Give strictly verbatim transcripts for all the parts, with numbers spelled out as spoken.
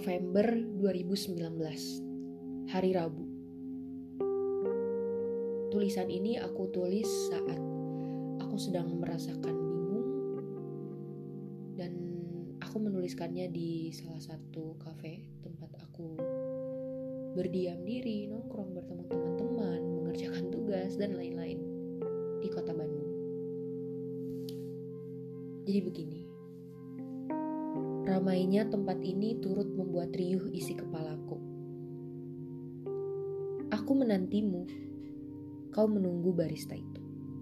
November dua ribu sembilan belas, hari Rabu. Tulisan ini aku tulis saat aku sedang merasakan bingung dan aku menuliskannya di salah satu kafe tempat aku berdiam diri, nongkrong, bertemu teman-teman, mengerjakan tugas dan lain-lain di kota Bandung. Jadi begini, ramainya tempat ini turut membuat riuh isi kepalaku. Aku menantimu, kau menunggu barista itu.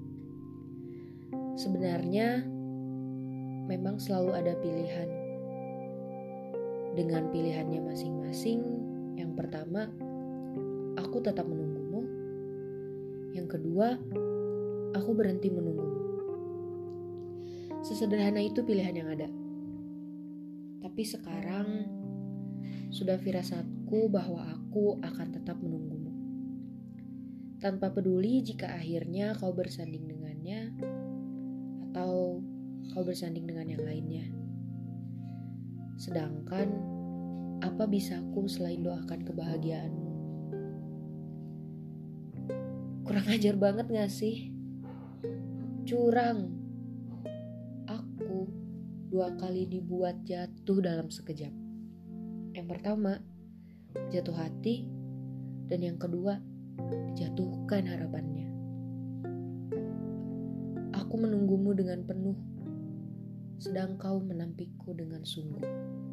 Sebenarnya memang selalu ada pilihan. Dengan pilihannya masing-masing, yang pertama, aku tetap menunggumu. Yang kedua, aku berhenti menunggumu. Sesederhana itu pilihan yang ada. Tapi sekarang sudah firasatku bahwa aku akan tetap menunggumu. Tanpa peduli jika akhirnya kau bersanding dengannya atau kau bersanding dengan yang lainnya. Sedangkan apa bisaku selain doakan kebahagiaanmu? Kurang ajar banget gak sih? Curang. Aku dua kali dibuat jatuh dalam sekejap. Yang pertama, jatuh hati, dan yang kedua, dijatuhkan harapannya. Aku menunggumu dengan penuh, sedang kau menampikku dengan sungguh.